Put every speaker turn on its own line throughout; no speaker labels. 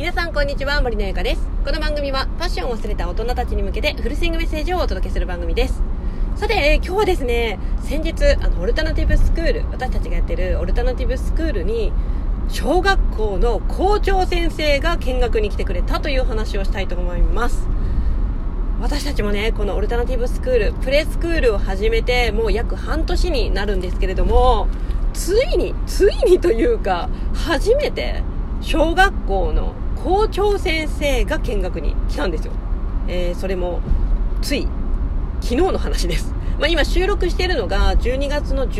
皆さんこんにちは、森のゆかです。この番組はファッションを忘れた大人たちに向けてフルスイングメッセージをお届けする番組です。さて、今日はですね、先日オルタナティブスクール、私たちがやってるオルタナティブスクールに小学校の校長先生が見学に来てくれたという話をしたいと思います。私たちもね、このオルタナティブスクール、プレスクールを始めてもう約半年になるんですけれども、ついにというか初めて小学校の校長先生が見学に来たんですよ。それもつい昨日の話です。今収録しているのが12月の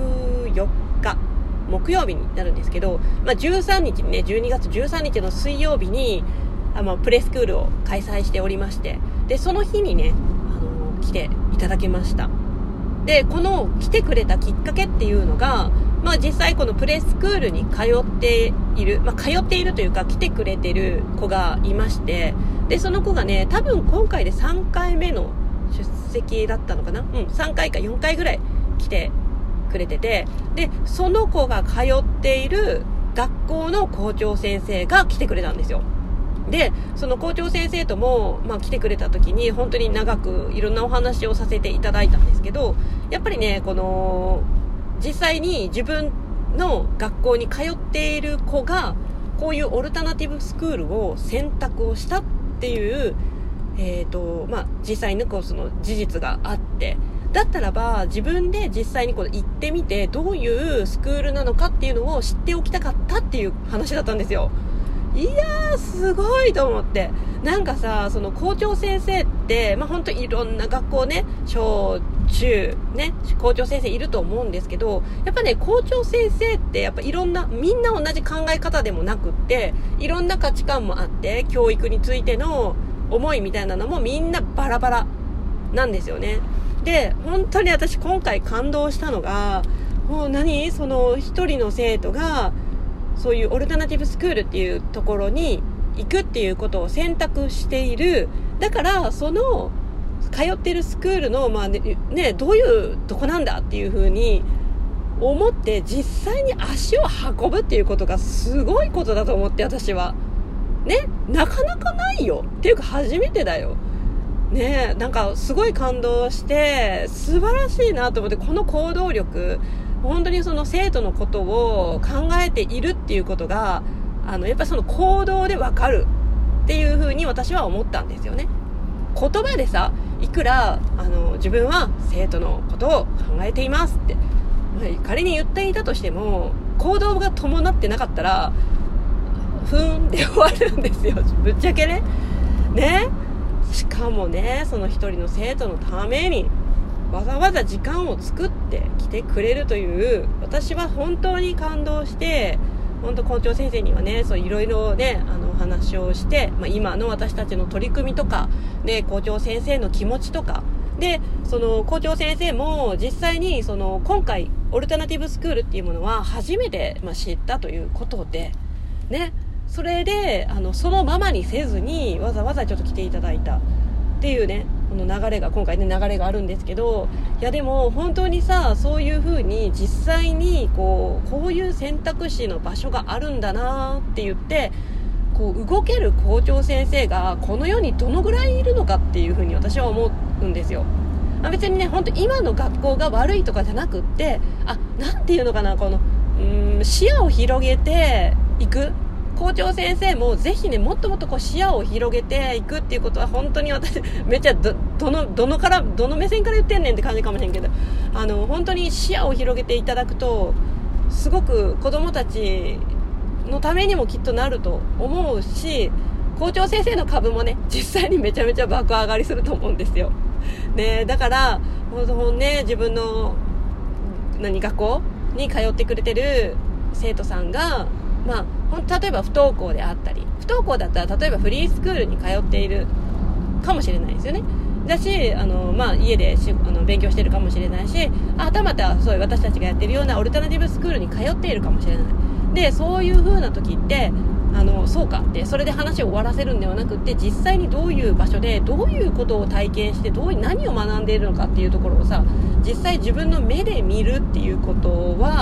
14日木曜日になるんですけど、13日にね、12月13日の水曜日にプレスクールを開催しておりまして、でその日にね、来ていただきました。でこの来てくれたきっかけっていうのが、実際このプレスクールに通っているというか来てくれてる子がいまして、でその子がね、多分今回で3回目の出席だったのかな、3回か4回ぐらい来てくれてて、でその子が通っている学校の校長先生が来てくれたんですよ。でその校長先生とも、来てくれた時に本当に長くいろんなお話をさせていただいたんですけど、やっぱりね、この実際に自分の学校に通っている子がこういうオルタナティブスクールを選択をしたっていう、実際にその事実があって、だったらば自分で実際に行ってみてどういうスクールなのかっていうのを知っておきたかったっていう話だったんですよ。いやーすごいと思って、なんかさ、その校長先生って本当いろんな学校ね、小中ね、校長先生いると思うんですけど、やっぱね、校長先生ってやっぱいろんな、みんな同じ考え方でもなくって、いろんな価値観もあって、教育についての思いみたいなのもみんなバラバラなんですよね。で本当に私今回感動したのが、もうその一人の生徒がそういうオルタナティブスクールっていうところに行くっていうことを選択している。だからその通っているスクールのどういうとこなんだっていう風に思って実際に足を運ぶっていうことがすごいことだと思って、私はね、なかなかないよっていうか初めてだよね。なんかすごい感動して素晴らしいなと思って、この行動力、本当にその生徒のことを考えているっていうことがやっぱりその行動で分かるっていう風に私は思ったんですよね。言葉でさ、いくら自分は生徒のことを考えていますって、仮に言っていたとしても行動が伴ってなかったらふーんで終わるんですよ、ぶっちゃけね。しかもね、その一人の生徒のためにわざわざ時間を作って来てくれるという、私は本当に感動して、本当校長先生にはね、そういろいろね、お話をして、今の私たちの取り組みとかで、校長先生の気持ちとかで、その校長先生も実際にその今回オルタナティブスクールっていうものは初めて知ったということでね、それでそのままにせずにわざわざちょっと来ていただいたっていうね、この流れが今回ね、流れがあるんですけど、いやでも本当にさ、そういう風に実際にこういう選択肢の場所があるんだなって言って、動ける校長先生がこの世にどのぐらいいるのかっていう風に私は思うんですよ。別にね、本当今の学校が悪いとかじゃなくって、なんていうのかな、視野を広げていく校長先生もぜひね、もっともっと視野を広げていくっていうことは、本当に私めっちゃどの目線から言ってんねんって感じかもしれんけど、本当に視野を広げていただくとすごく子どもたちのためにもきっとなると思うし、校長先生の株もね、実際にめちゃめちゃ爆上がりすると思うんですよね。だから自分の学校に通ってくれてる生徒さんが例えば不登校であったり、不登校だったら例えばフリースクールに通っているかもしれないですよね。だし家で勉強してるかもしれないし、はたまたそういう私たちがやってるようなオルタナティブスクールに通っているかもしれない。でそういう風な時ってそうかってそれで話を終わらせるんではなくって、実際にどういう場所でどういうことを体験して何を学んでいるのかっていうところをさ、実際自分の目で見るっていうことは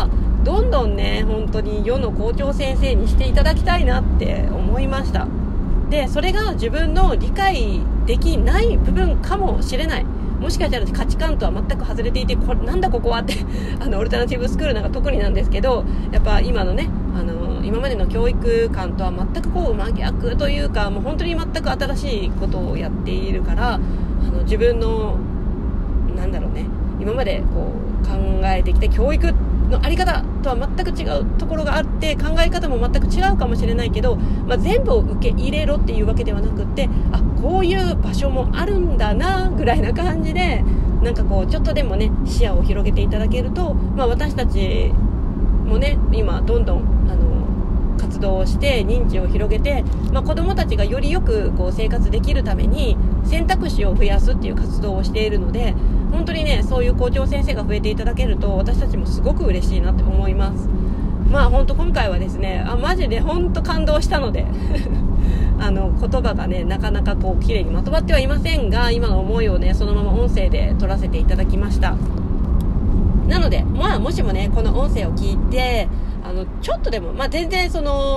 どんどんね本当に世の校長先生にしていただきたいなって思いました。でそれが自分の理解できない部分かもしれない。もしかしたら価値観とは全く外れていて、なんだここはってオルタナティブスクールなんか特になんですけど、やっぱ今のね今までの教育観とは全く真逆というか、もう本当に全く新しいことをやっているから、自分の今まで考えてきた教育のあり方とは全く違うところがあって、考え方も全く違うかもしれないけど、全部を受け入れろっていうわけではなくって、こういう場所もあるんだなぐらいな感じで、ちょっとでもね視野を広げていただけると、私たちもね今どんどん活動をして認知を広げて、子どもたちがよりよく生活できるために選択肢を増やすっていう活動をしているので、本当にねそういう校長先生が増えていただけると私たちもすごく嬉しいなって思います。本当今回はですねマジで本当感動したので言葉がねなかなか綺麗にまとまってはいませんが、今の思いをねそのまま音声で取らせていただきました。なのでもしもねこの音声を聞いてちょっとでも全然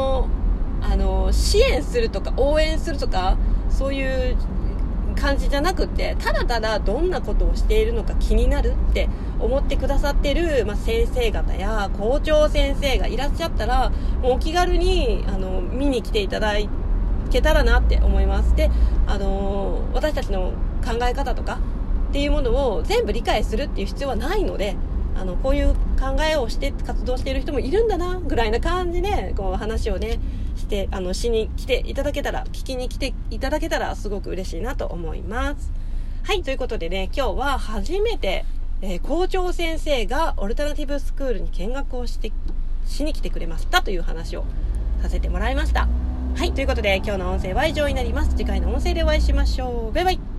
支援するとか応援するとかそういう感じじゃなくって、ただただどんなことをしているのか気になるって思ってくださってる、先生方や校長先生がいらっしゃったら、もうお気軽に見に来ていただけたらなって思います。で私たちの考え方とかっていうものを全部理解するっていう必要はないので、こういう考えをして活動している人もいるんだなぐらいな感じで話をねしてしに来ていただけたら、聞きに来ていただけたらすごく嬉しいなと思います。はい、ということでね今日は初めて、校長先生がオルタナティブスクールに見学をしに来てくれましたという話をさせてもらいました。はい、ということで今日の音声は以上になります。次回の音声でお会いしましょう。バイバイ。